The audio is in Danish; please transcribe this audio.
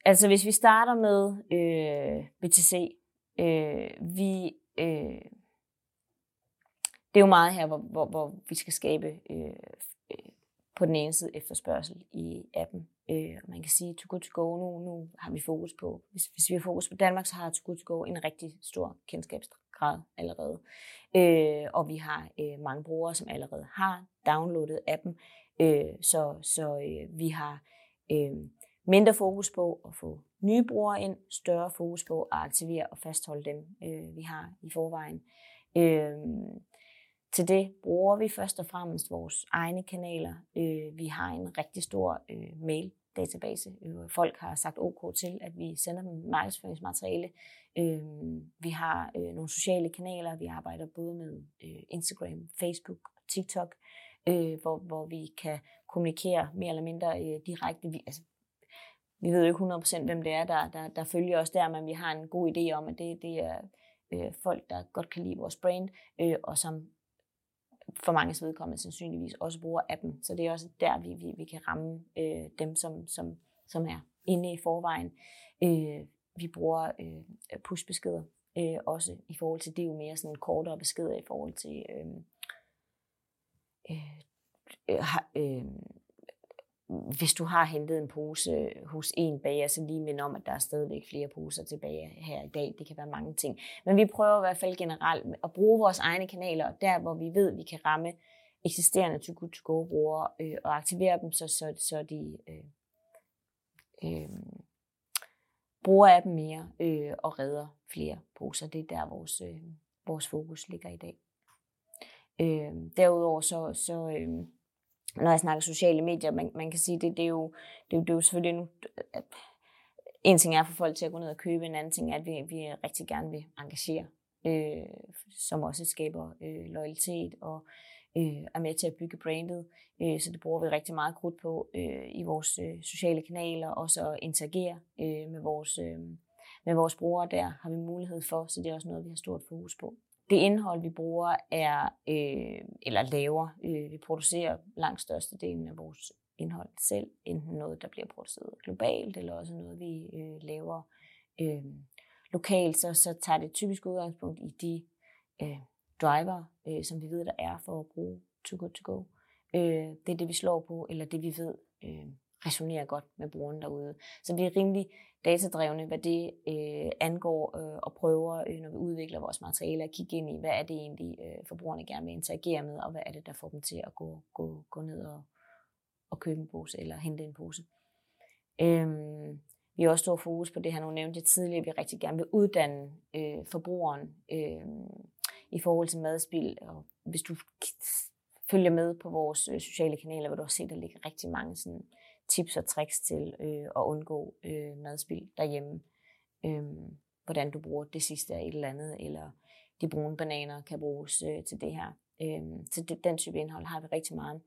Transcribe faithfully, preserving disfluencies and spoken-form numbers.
Altså hvis vi starter med øh, B T C, øh, vi, øh, det er jo meget her, hvor, hvor, hvor vi skal skabe øh, på den ene side efterspørgsel i appen. Øh, man kan sige, Too Good To Go, nu, nu har vi fokus på, hvis, hvis vi har fokus på Danmark, så har Too Good To Go en rigtig stor kendskabsgrad allerede. Øh, og vi har øh, mange brugere, som allerede har downloadet appen, øh, så, så øh, vi har øh, mindre fokus på at få nye brugere ind, større fokus på at aktivere og fastholde dem, øh, vi har i forvejen. Øh, Til det bruger vi først og fremmest vores egne kanaler. Øh, vi har en rigtig stor øh, mail-database. Øh, folk har sagt OK til, at vi sender dem markedsføringsmateriale. Øh, vi har øh, nogle sociale kanaler. Vi arbejder både med øh, Instagram, Facebook og TikTok, øh, hvor, hvor vi kan kommunikere mere eller mindre øh, direkte. Vi, altså, vi ved jo ikke hundrede procent, hvem det er, der, der, der følger os der, men vi har en god idé om, at det, det er øh, folk, der godt kan lide vores brand, øh, og som for mange vedkommende sandsynligvis også bruger appen. Så det er også der, vi, vi, vi kan ramme øh, dem, som, som, som er inde i forvejen. Øh, vi bruger øh, pushbeskeder øh, også i forhold til, det er jo mere sådan kortere beskeder i forhold til øh, øh, øh, hvis du har hentet en pose hos en bager, så lige mind om, at der er stadigvæk flere poser tilbage her i dag. Det kan være mange ting. Men vi prøver i hvert fald generelt at bruge vores egne kanaler, og der hvor vi ved, at vi kan ramme eksisterende Too Good To Go-brugere øh, og aktivere dem, så, så, så de øh, øh, bruger appen mere øh, og redder flere poser. Det er der, vores, øh, vores fokus ligger i dag. Øh, derudover så... så øh, Når jeg snakker sociale medier, man, man kan sige, det, det, er jo, det, er jo, det er jo selvfølgelig nu, en ting er for folk til at gå ned og købe, en anden ting er, at vi, vi rigtig gerne vil engagere, øh, som også skaber øh, loyalitet og øh, er med til at bygge brandet. Øh, så det bruger vi rigtig meget krudt på øh, i vores øh, sociale kanaler, også at interagere øh, med, vores, øh, med vores brugere. Der har vi mulighed for, så det er også noget, vi har stort fokus på. Det indhold, vi bruger, er, øh, eller laver, øh, vi producerer langt størstedelen af vores indhold selv, enten noget, der bliver produceret globalt, eller også noget, vi øh, laver øh, lokalt, så, så tager det typisk udgangspunkt i de øh, driver, øh, som vi ved, der er for at bruge Too Good To Go. Øh, det er det, vi slår på, eller det, vi ved, øh, resonerer godt med brugeren derude. Så vi er rimelig datadrevne, hvad det øh, angår, øh, og prøver, øh, når vi udvikler vores materiale, at kigge ind i, hvad er det egentlig, øh, forbrugerne gerne vil interagere med, og hvad er det, der får dem til at gå, gå, gå ned og, og købe en pose, eller hente en pose. Øhm, vi har også stor fokus på det her, nu nævnte jeg tidligere, at vi rigtig gerne vil uddanne øh, forbrugeren øh, i forhold til madspild, og hvis du følger med på vores øh, sociale kanaler, vil du også se, at der ligger rigtig mange sådan, tips og tricks til øh, at undgå øh, madspild derhjemme. Øh, hvordan du bruger det sidste af et eller andet, eller de brune bananer kan bruges øh, til det her. Øh, så det, den type indhold har vi rigtig meget.